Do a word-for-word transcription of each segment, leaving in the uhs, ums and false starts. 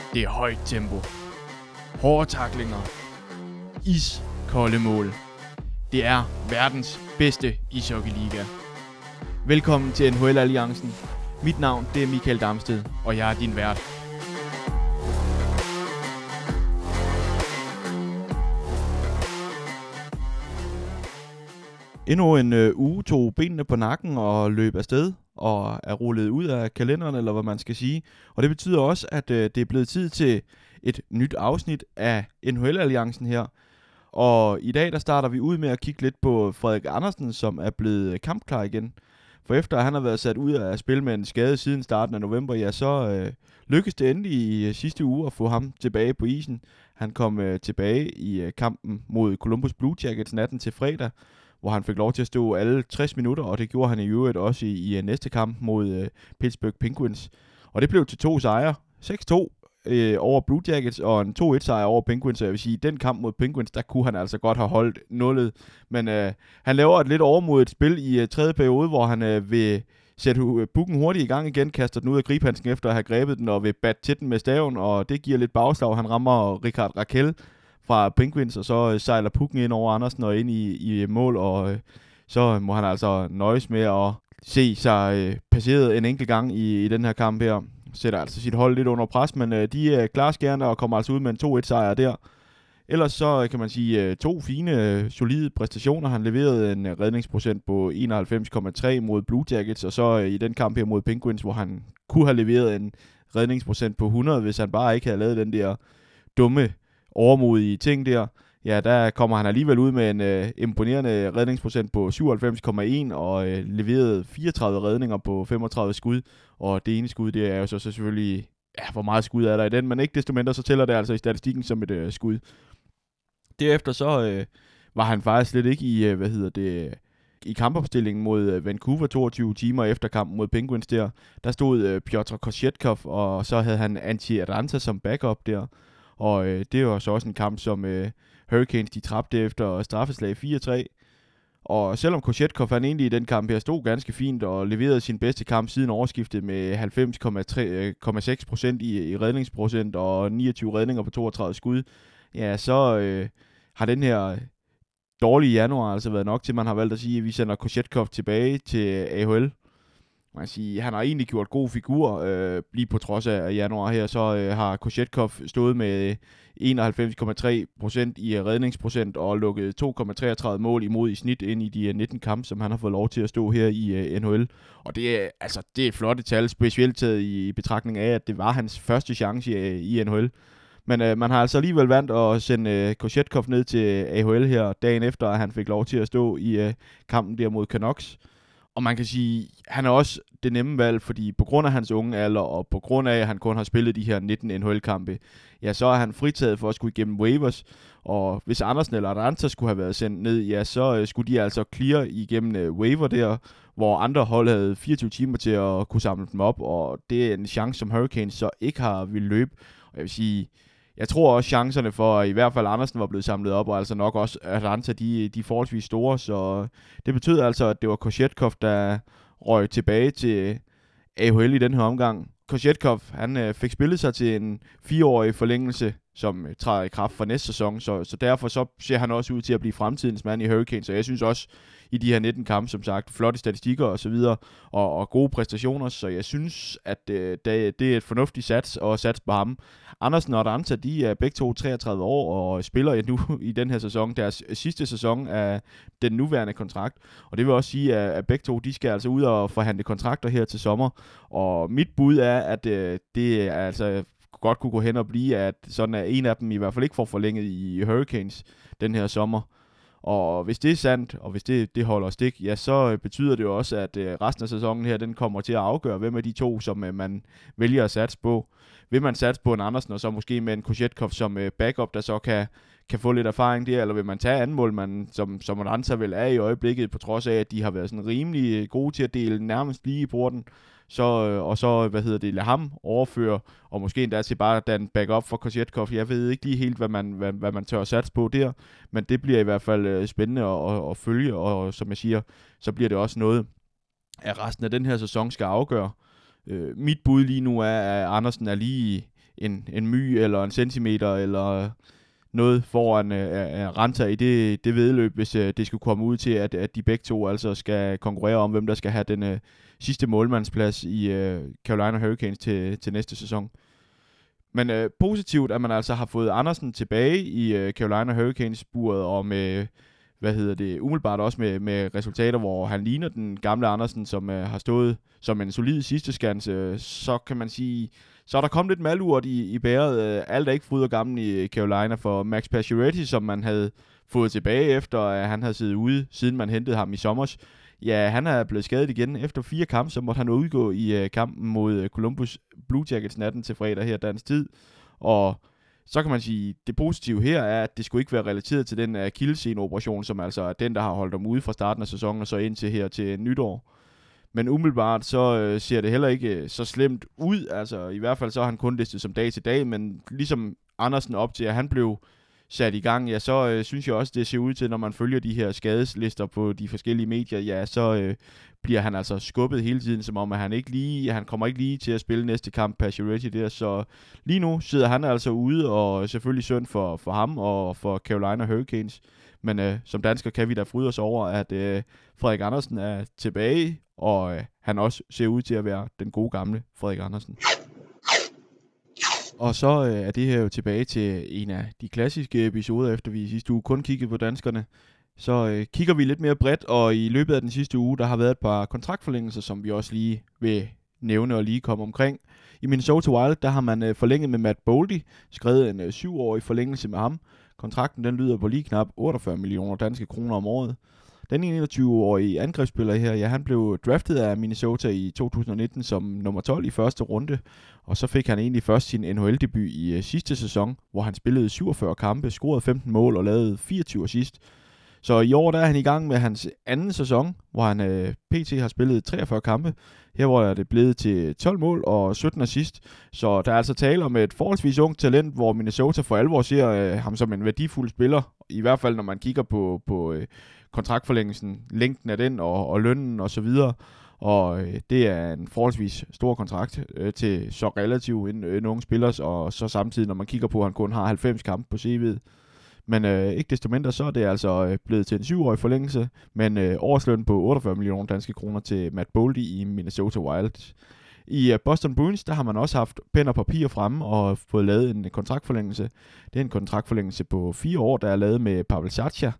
Det er højt tempo, hårde tacklinger, iskolde mål. Det er verdens bedste ishockeyliga. Velkommen til N H L-alliancen. Mit navn det er Michael Damsted, og jeg er din vært. Endnu en øh, uge tog benene på nakken og løb afsted og er rullet ud af kalenderen, eller hvad man skal sige. Og det betyder også, at øh, det er blevet tid til et nyt afsnit af N H L-alliancen her. Og i dag der starter vi ud med at kigge lidt på Frederik Andersen, som er blevet kampklar igen. For efter at han har været sat ud af spil med en skade siden starten af november, ja, så øh, lykkedes det endelig i sidste uge at få ham tilbage på isen. Han kom øh, tilbage i øh, kampen mod Columbus Blue Jackets natten til fredag, hvor han fik lov til at stå alle tres minutter, og det gjorde han i øvrigt også i, i næste kamp mod øh, Pittsburgh Penguins. Og det blev til to sejre, seks to øh, over Blue Jackets, og en to et sejr over Penguins, så jeg vil sige, den kamp mod Penguins, der kunne han altså godt have holdt nullet. Men øh, han laver et lidt overmodigt spil i øh, tredje periode, hvor han øh, vil sætte pucken hurtigt i gang igen, kaster den ud af gribhandsken efter at have grebet den, og vil batte til den med staven, og det giver lidt bagslag. Han rammer Rickard Rakell fra Penguins, og så øh, sejler pucken ind over Andersen og ind i, i mål, og øh, så må han altså nøjes med at se sig øh, passeret en enkelt gang i, i den her kamp her. Sætter altså sit hold lidt under pres, men øh, de er klarskærende og kommer altså ud med en to et sejr der. Ellers så kan man sige øh, to fine, øh, solide præstationer. Han leverede en øh, redningsprocent på enoghalvfems komma tre mod Blue Jackets, og så øh, i den kamp her mod Penguins, hvor han kunne have leveret en redningsprocent på hundrede, hvis han bare ikke havde lavet den der dumme overmodige ting der, ja, der kommer han alligevel ud med en øh, imponerende redningsprocent på syvoghalvfems komma en og øh, leverede fireogtredive redninger på femogtredive skud, og det ene skud, det er jo så, så selvfølgelig, ja, hvor meget skud er der i den, men ikke desto mindre, så tæller det altså i statistikken som et øh, skud. Derefter så øh, var han faktisk slet ikke i, øh, hvad hedder det, i kampopstillingen mod øh, Vancouver toogtyve timer efter kampen mod Penguins der. Der stod øh, Piotr Kochetkov, og så havde han Antti Raanta som backup der. Og øh, det var så også en kamp, som øh, Hurricanes de tabte efter straffeslag fire tre. Og selvom Kochetkov han egentlig i den kamp her stod ganske fint og leverede sin bedste kamp siden overskiftet med halvfems komma seks procent i, i redningsprocent og niogtyve redninger på toogtredive skud, ja, så øh, har den her dårlige januar altså været nok til, man har valgt at sige, at vi sender Kochetkov tilbage til A H L. Man kan sige, han har egentlig gjort god figur, øh, lige på trods af januar her, så øh, har Kochetkov stået med enoghalvfems komma tre procent i redningsprocent og lukket to komma treogtredive mål imod i snit ind i de nitten kampe, som han har fået lov til at stå her i øh, N H L. Og det er, altså, det er et flot tal, specielt taget i betragtning af, at det var hans første chance i, i N H L. Men øh, man har altså alligevel valgt at sende øh, Kochetkov ned til A H L her, dagen efter, at han fik lov til at stå i øh, kampen der mod Canucks. Og man kan sige, han er også det nemme valg, fordi på grund af hans unge alder, og på grund af, at han kun har spillet de her nitten N H L-kampe, ja, så er han fritaget for at skulle igennem waivers. Og hvis Andersen eller Raanta skulle have været sendt ned, ja, så øh, skulle de altså clear igennem øh, waiver der, hvor andre hold havde fireogtyve timer til at kunne samle dem op, og det er en chance, som Hurricanes så ikke har ville løbe. Og jeg vil sige, jeg tror også chancerne for, at i hvert fald Andersen var blevet samlet op, og altså nok også at Raanta, de, de er forholdsvis store, så det betød altså, at det var Kochetkov, der røg tilbage til A H L i den her omgang. Kochetkov, han øh, fik spillet sig til en fireårig forlængelse, som øh, træder i kraft for næste sæson, så, så derfor så ser han også ud til at blive fremtidens mand i Hurricanes, så jeg synes også, i de her nitten kampe, som sagt, flotte statistikker og så videre, og, og gode præstationer, så jeg synes, at øh, det, det er et fornuftigt sats, og sats på ham. Andersen og Raanta, de er begge to treogtredive år, og spiller nu i den her sæson, deres sidste sæson af den nuværende kontrakt, og det vil også sige, at, at begge to, de skal altså ud og forhandle kontrakter her til sommer, og mit bud er, at øh, det er altså godt kunne gå hen og blive, at sådan er en af dem i hvert fald ikke får forlænget i Hurricanes den her sommer. Og hvis det er sandt, og hvis det, det holder stik, ja, så betyder det jo også, at øh, resten af sæsonen her, den kommer til at afgøre, hvem af de to, som øh, man vælger at satse på. Vil man satse på en Andersen, og så måske med en Kochetkov som øh, backup, der så kan, kan få lidt erfaring der, eller vil man tage anden målmand, som, som Raanta vel er i øjeblikket, på trods af, at de har været sådan rimelig gode til at dele nærmest lige i porten, så, og så, hvad hedder det, lade ham overføre, og måske endda til bare den backup for Kochetkov. Jeg ved ikke lige helt, hvad man, hvad, hvad man tør at satse på der, men det bliver i hvert fald øh, spændende at, at, at følge, og som jeg siger, så bliver det også noget, at resten af den her sæson skal afgøre. Øh, mit bud lige nu er, at Andersen er lige en, en my eller en centimeter eller noget foran øh, Ranta i det, det vedløb, hvis øh, det skulle komme ud til, at, at de begge to altså skal konkurrere om, hvem der skal have den øh, sidste målmandsplads i øh, Carolina Hurricanes til, til næste sæson. Men øh, positivt, at man altså har fået Andersen tilbage i øh, Carolina Hurricanes-buret, og med, hvad hedder det, umiddelbart også med, med resultater, hvor han ligner den gamle Andersen, som øh, har stået som en solid sidste skans, øh, så kan man sige, så er der kommet lidt malurt i, i bæret. Øh, alt er ikke fryd og gammel i Carolina for Max Pacioretty, som man havde fået tilbage efter, at han havde siddet ude, siden man hentede ham i sommers. Ja, han er blevet skadet igen. Efter fire kampe, så måtte han udgå i øh, kampen mod øh, Columbus Blue Jackets natten til fredag her dansk tid. Og så kan man sige, det positive her er, at det skulle ikke være relateret til den akillessene-operation, som altså er den, der har holdt dem ude fra starten af sæsonen og så ind til her til nytår. Men umiddelbart så øh, ser det heller ikke så slemt ud. Altså i hvert fald så har han kun listet som dag til dag, men ligesom Andersen op til, at han blev sat i gang, ja, så øh, synes jeg også, det ser ud til, når man følger de her skadeslister på de forskellige medier, ja, så øh, bliver han altså skubbet hele tiden, som om, at han ikke lige, han kommer ikke lige til at spille næste kamp, Pacioretty der, så lige nu sidder han altså ude, og selvfølgelig synd for, for ham og for Carolina Hurricanes, men øh, som dansker kan vi da fryde os over, at øh, Frederik Andersen er tilbage, og øh, han også ser ud til at være den gode gamle Frederik Andersen. Og så øh, er det her jo tilbage til en af de klassiske episoder, efter vi i sidste uge kun kiggede på danskerne. Så øh, kigger vi lidt mere bredt, og i løbet af den sidste uge, der har været et par kontraktforlængelser, som vi også lige vil nævne og lige komme omkring. I Minnesota Wild, der har man øh, forlænget med Matt Boldy, skrevet en øh, syvårig forlængelse med ham. Kontrakten den lyder på lige knap otteogfyrre millioner danske kroner om året. Den enogtyve-årige angrebsspiller her, ja, han blev draftet af Minnesota i to tusind nitten som nummer tolv i første runde, og så fik han egentlig først sin N H L-debut i uh, sidste sæson, hvor han spillede syvogfyrre kampe, scorede femten mål og lavede fireogtyve assist. Så i år der er han i gang med hans anden sæson, hvor han uh, pt. Har spillet treogfyrre kampe. Her hvor er det blevet til tolv mål og sytten assist. Så der er altså tale om et forholdsvis ungt talent, hvor Minnesota for alvor ser uh, ham som en værdifuld spiller. I hvert fald når man kigger på, på uh, kontraktforlængelsen, længden af den og, og lønnen og så videre. Og øh, det er en forholdsvis stor kontrakt øh, til så relativt en, en unge spiller, og så samtidig, når man kigger på, at han kun har halvfems kampe på C V'et. Men øh, ikke desto mindre, så er det altså øh, blevet til en syvårig forlængelse, men øh, årsløn på otteogfyrre millioner danske kroner til Matt Boldy i Minnesota Wild. I uh, Boston Bruins, der har man også haft pen og papir fremme og fået lavet en kontraktforlængelse. Det er en kontraktforlængelse på fire år, der er lavet med Pavel Zacha.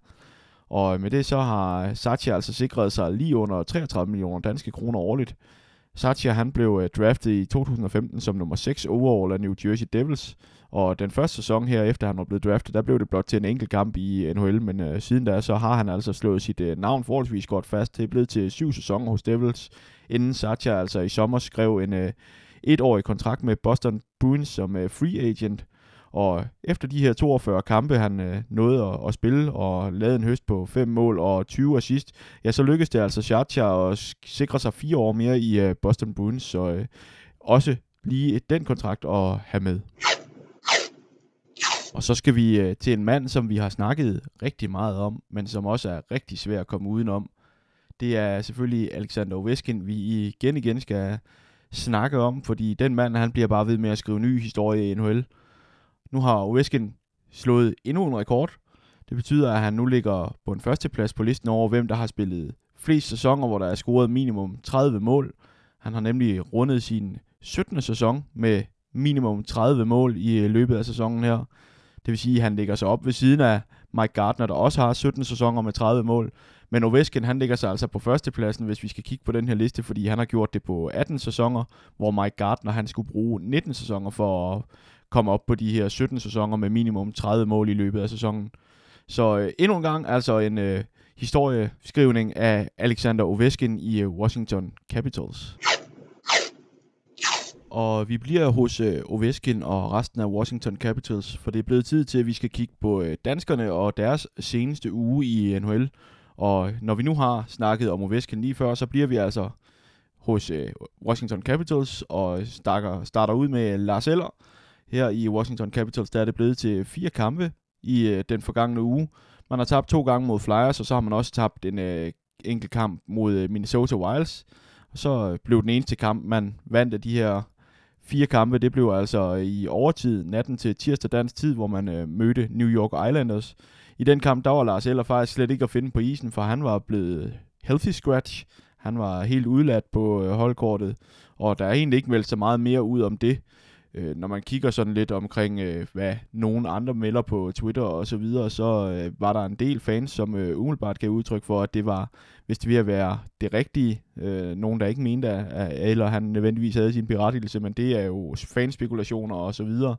Og med det så har Zacha altså sikret sig lige under treogtredive millioner danske kroner årligt. Zacha han blev draftet i to tusind femten som nummer seks overall af New Jersey Devils. Og den første sæson her, efter han var blevet draftet, der blev det blot til en enkelt kamp i N H L. Men øh, siden da, så har han altså slået sit øh, navn forholdsvis godt fast. Det er blevet til syv sæsoner hos Devils, inden Zacha altså i sommer skrev en øh, etårig kontrakt med Boston Bruins som øh, free agent. Og efter de her toogfyrre kampe, han øh, nåede at, at spille og lavede en høst på fem mål og tyve assist, ja, så lykkedes det altså Zacha at sikre sig fire år mere i øh, Boston Bruins, så øh, også lige den kontrakt at have med. Og så skal vi øh, til en mand, som vi har snakket rigtig meget om, men som også er rigtig svær at komme udenom. Det er selvfølgelig Alexander Ovechkin, vi igen igen skal snakke om, fordi den mand, han bliver bare ved med at skrive ny historie i N H L. Nu har Ovechkin slået endnu en rekord. Det betyder, at han nu ligger på en førsteplads på listen over, hvem der har spillet flest sæsoner, hvor der er scoret minimum tredive mål. Han har nemlig rundet sin syttende sæson med minimum tredive mål i løbet af sæsonen her. Det vil sige, at han ligger sig op ved siden af Mike Gardner, der også har sytten sæsoner med tredive mål. Men Ovechkin, han ligger sig altså på førstepladsen, hvis vi skal kigge på den her liste, fordi han har gjort det på atten sæsoner, hvor Mike Gardner, han skulle bruge nitten sæsoner for at komme op på de her sytten sæsoner med minimum tredive mål i løbet af sæsonen. Så øh, endnu en gang altså en øh, historieskrivning af Alexander Ovechkin i øh, Washington Capitals. Og vi bliver hos øh, Ovechkin og resten af Washington Capitals, for det er blevet tid til, at vi skal kigge på øh, danskerne og deres seneste uge i N H L. Og når vi nu har snakket om Ovechkin lige før, så bliver vi altså hos øh, Washington Capitals og starter, starter ud med Lars Eller. Her i Washington Capitals, der er det blevet til fire kampe i øh, den forgangne uge. Man har tabt to gange mod Flyers, og så har man også tabt en øh, enkelt kamp mod øh, Minnesota Wild. Og så øh, blev den eneste kamp, man vandt af de her fire kampe, det blev altså i overtid, natten til tirsdag dansk tid, hvor man øh, mødte New York Islanders. I den kamp, der var Lars Eller faktisk slet ikke at finde på isen, for han var blevet healthy scratch. Han var helt udladt på øh, holdkortet, og der er egentlig ikke meldt så meget mere ud om det. Øh, når man kigger sådan lidt omkring, øh, hvad nogen andre melder på Twitter og så videre, så øh, var der en del fans, som øh, umiddelbart gav udtryk for, at det var, hvis det ville være det rigtige. Øh, nogen, der ikke mente, at eller han nødvendigvis havde sin berettigelse, men det er jo fanspekulationer og så videre.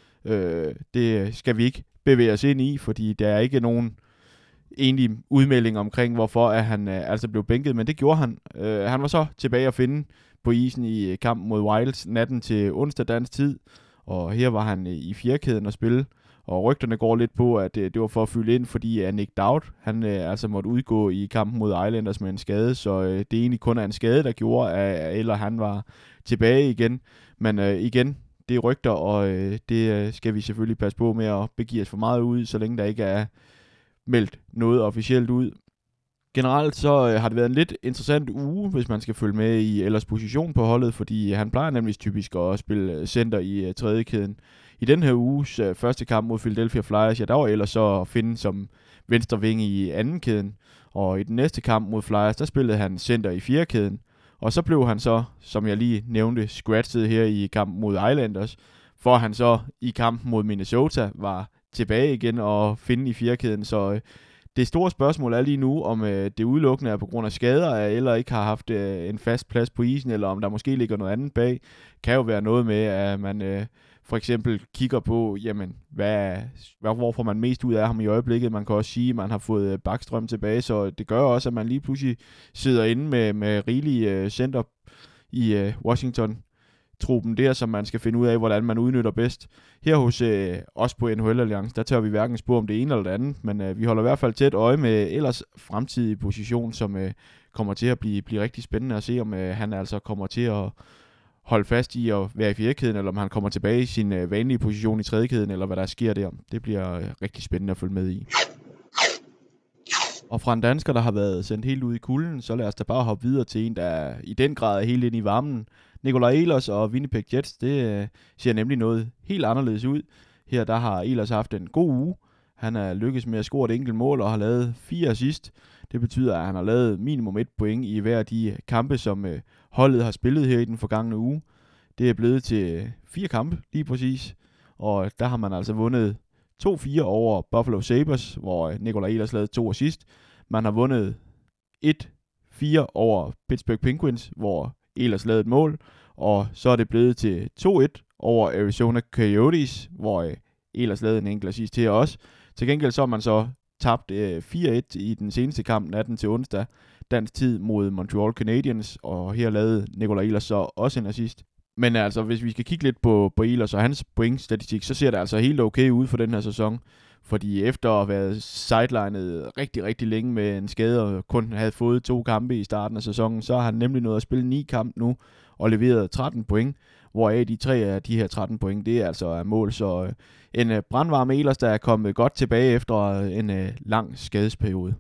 Øh, det skal vi ikke bevæge os ind i, fordi der er ikke nogen egentlig udmelding omkring, hvorfor at han øh, altså blev bænket, men det gjorde han. Øh, han var så tilbage at finde på isen i kampen mod Wilds natten til onsdag dansk tid, og her var han i fjerkæden at spille, og rygterne går lidt på, at det, det var for at fylde ind, fordi at Nick Dowd, han øh, altså måtte udgå i kampen mod Islanders med en skade, så øh, det egentlig kun er en skade, der gjorde, at eller han var tilbage igen, men øh, igen, det er rygter, og øh, det øh, skal vi selvfølgelig passe på med at begive os for meget ud, så længe der ikke er meldt noget officielt ud. Generelt så øh, har det været en lidt interessant uge, hvis man skal følge med i Ellers position på holdet, fordi han plejer nemlig typisk at spille center i øh, tredje kæden. I den her uges øh, første kamp mod Philadelphia Flyers, ja, der var Ellers så at finde som venstre vinge i anden kæden, og i den næste kamp mod Flyers, der spillede han center i fjerde kæden, og så blev han så, som jeg lige nævnte, scratchet her i kampen mod Islanders, for han så i kampen mod Minnesota var tilbage igen og finde i fjerde kæden, så øh, det store spørgsmål er lige nu, om øh, det udelukkende er på grund af skader, eller ikke har haft øh, en fast plads på isen, eller om der måske ligger noget andet bag. Kan jo være noget med, at man øh, for eksempel kigger på, jamen, hvad, hvad, hvor får man mest ud af ham i øjeblikket. Man kan også sige, at man har fået øh, Backstrøm tilbage, så det gør også, at man lige pludselig sidder inde med, med rigelige øh, center i øh, Washington. Truppen der, som man skal finde ud af, hvordan man udnytter bedst. Her hos øh, os på N H L Alliance, der tør vi hverken spå om det ene eller det andet, men øh, vi holder i hvert fald tæt øje med ellers fremtidige position, som øh, kommer til at blive, blive rigtig spændende at se, om øh, han altså kommer til at holde fast i at være i fjerkæden, eller om han kommer tilbage i sin øh, vanlige position i tredjekæden, eller hvad der sker der. Det bliver øh, rigtig spændende at følge med i. Og fra en dansker, der har været sendt helt ud i kulden, så lad os da bare hoppe videre til en, der i den grad er helt inde i varmen. Nikolaj Ehlers og Winnipeg Jets, det øh, ser nemlig noget helt anderledes ud. Her der har Ehlers haft en god uge. Han er lykkes med at score et enkelt mål og har lavet fire assist. Det betyder, at han har lavet minimum et point i hver af de kampe, som øh, holdet har spillet her i den forgangne uge. Det er blevet til fire kampe, lige præcis. Og der har man altså vundet to fire over Buffalo Sabres, hvor Nikolaj Ehlers lavede to assist. Man har vundet et fire over Pittsburgh Penguins, hvor Ehlers lavede et mål, og så er det blevet til to et over Arizona Coyotes, hvor øh, Ehlers lavede en enkelt assist til os. Til gengæld så har man så tabt øh, fire et i den seneste kamp natten til onsdag, dansk tid mod Montreal Canadiens, og her lavede Nikolaj Ehlers så også en assist. Men altså, hvis vi skal kigge lidt på, på Ehlers og hans pointstatistik, så ser det altså helt okay ud for den her sæson. Fordi efter at have været sidelinet rigtig, rigtig længe med en skade og kun havde fået to kampe i starten af sæsonen, så har han nemlig nået at spille ni kampe nu og leveret tretten point, hvoraf de tre af de her tretten point, det er altså mål. Så en brandvarm Ehlers, der er kommet godt tilbage efter en lang skadesperiode.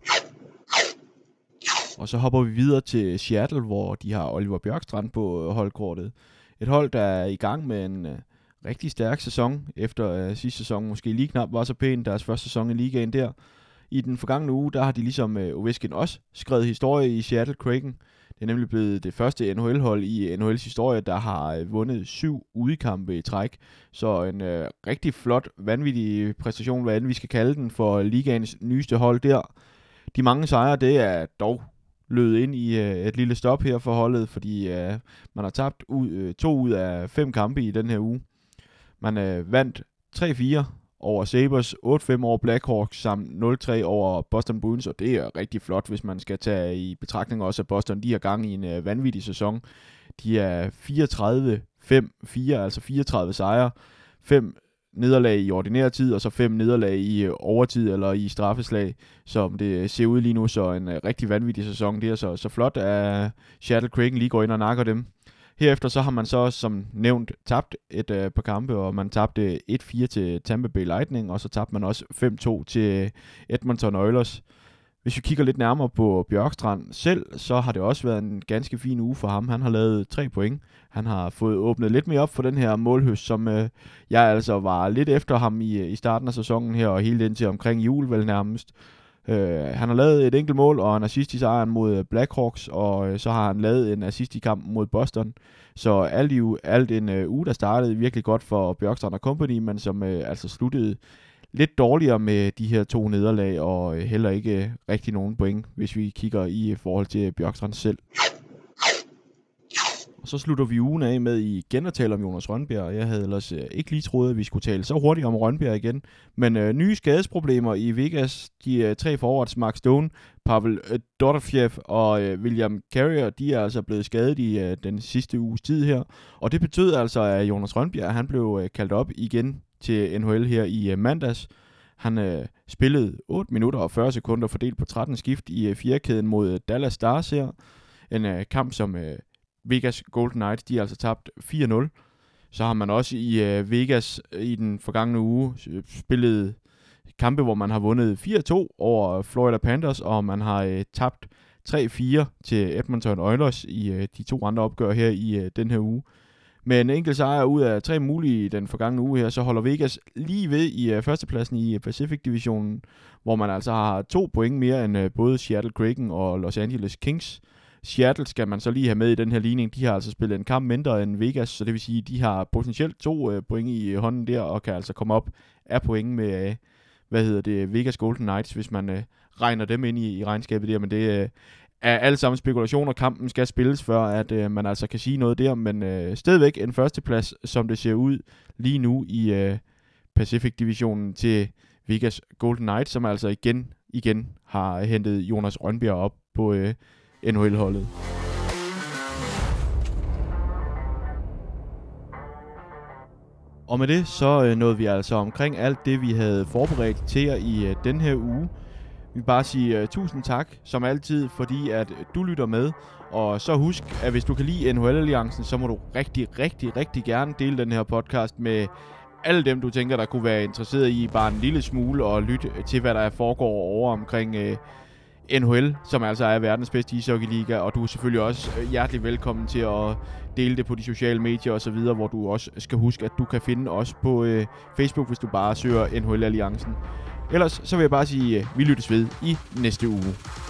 Og så hopper vi videre til Seattle, hvor de har Oliver Bjørkstrand på holdkortet. Et hold, der er i gang med en rigtig stærk sæson, efter uh, sidste sæson måske lige knap var så pæn, deres første sæson i ligaen der. I den forgangne uge, der har de ligesom uh, Ovechkin også skrevet historie i Seattle Kraken. Det er nemlig blevet det første N H L-hold i N H L's historie, der har uh, vundet syv udekampe i træk. Så en uh, rigtig flot, vanvittig præstation, hvad end vi skal kalde den, for ligaens nyeste hold der. De mange sejre, det er dog lød ind i uh, et lille stop her for holdet, fordi uh, man har tabt ud, uh, to ud af fem kampe i den her uge. Man øh, vandt tre fire over Sabres, otte fem over Blackhawks, samt nul tre over Boston Bruins, og det er rigtig flot, hvis man skal tage i betragtning også, at Boston de har gang i en øh, vanvittig sæson. De er fireogtredive fem fire, altså fireogtredive sejre, fem nederlag i ordinær tid, og så fem nederlag i øh, overtid eller i straffeslag, som det ser ud lige nu, så en øh, rigtig vanvittig sæson. Det er så, så flot, at Seattle Kraken lige går ind og nakker dem. Herefter så har man så, som nævnt, tabt et øh, par kampe, og man tabte et fire til Tampa Bay Lightning, og så tabte man også fem to til Edmonton Oilers. Hvis vi kigger lidt nærmere på Bjørkstrand selv, så har det også været en ganske fin uge for ham. Han har lavet tre point. Han har fået åbnet lidt mere op for den her målhøst, som øh, jeg altså var lidt efter ham i, i starten af sæsonen her, og helt indtil omkring jul vel nærmest. Øh, han har lavet et enkelt mål og en assist i sejren mod Blackhawks, og øh, så har han lavet en assist i kampen mod Boston. Så alt i alt en øh, uge, der startede virkelig godt for Bjørkstrand og Company, men som øh, altså sluttede lidt dårligere med de her to nederlag, og øh, heller ikke øh, rigtig nogen point, hvis vi kigger i forhold til Bjørkstrand selv. Og så slutter vi ugen af med igen at tale om Jonas Rønbjerg. Jeg havde ellers øh, ikke lige troet, at vi skulle tale så hurtigt om Rønbjerg igen. Men øh, nye skadesproblemer i Vegas. De øh, tre forwards, Mark Stone, Pavel øh, Dorofejev og øh, William Carrier, de er altså blevet skadet i øh, den sidste uges tid her. Og det betød altså, at Jonas Rønbjerg han blev øh, kaldt op igen til N H L her i øh, mandags. Han øh, spillede otte minutter og fyrre sekunder fordelt på tretten skift i øh, fjerkæden mod øh, Dallas Stars her. En øh, kamp, som øh, Vegas Golden Knights, de har altså tabt fire nul. Så har man også i øh, Vegas i den forgangne uge spillet kampe, hvor man har vundet fire to over Florida Panthers, og man har øh, tabt tre fire til Edmonton Oilers i øh, de to andre opgør her i øh, den her uge. Med en enkelt sejr ud af tre mulige i den forgangne uge her, så holder Vegas lige ved i uh, førstepladsen i Pacific-divisionen, hvor man altså har to point mere end uh, både Seattle Kraken og Los Angeles Kings. Seattle skal man så lige have med i den her ligning. De har altså spillet en kamp mindre end Vegas, så det vil sige, at de har potentielt to uh, point i hånden der, og kan altså komme op af point med, uh, hvad hedder det, Vegas Golden Knights, hvis man uh, regner dem ind i, i regnskabet der, men det uh, er alle sammen spekulationer. Kampen skal spilles, før at øh, man altså kan sige noget der, men øh, stadigvæk en førsteplads, som det ser ud lige nu i øh, Pacific-divisionen til Vegas Golden Knights, som altså igen, igen har hentet Jonas Rønbjerg op på øh, N H L-holdet. Og med det, så øh, nåede vi altså omkring alt det, vi havde forberedt til jer i øh, den her uge. Vi vil bare sige uh, tusind tak, som altid, fordi at du lytter med. Og så husk, at hvis du kan lide N H L-alliancen, så må du rigtig, rigtig, rigtig gerne dele den her podcast med alle dem, du tænker, der kunne være interesseret i bare en lille smule og lytte til, hvad der foregår over omkring uh, N H L, som altså er verdens bedste ishockeyliga. Og du er selvfølgelig også hjertelig velkommen til at dele det på de sociale medier osv., hvor du også skal huske, at du kan finde os på uh, Facebook, hvis du bare søger N H L-alliancen. Ellers så vil jeg bare sige, at vi lyttes ved i næste uge.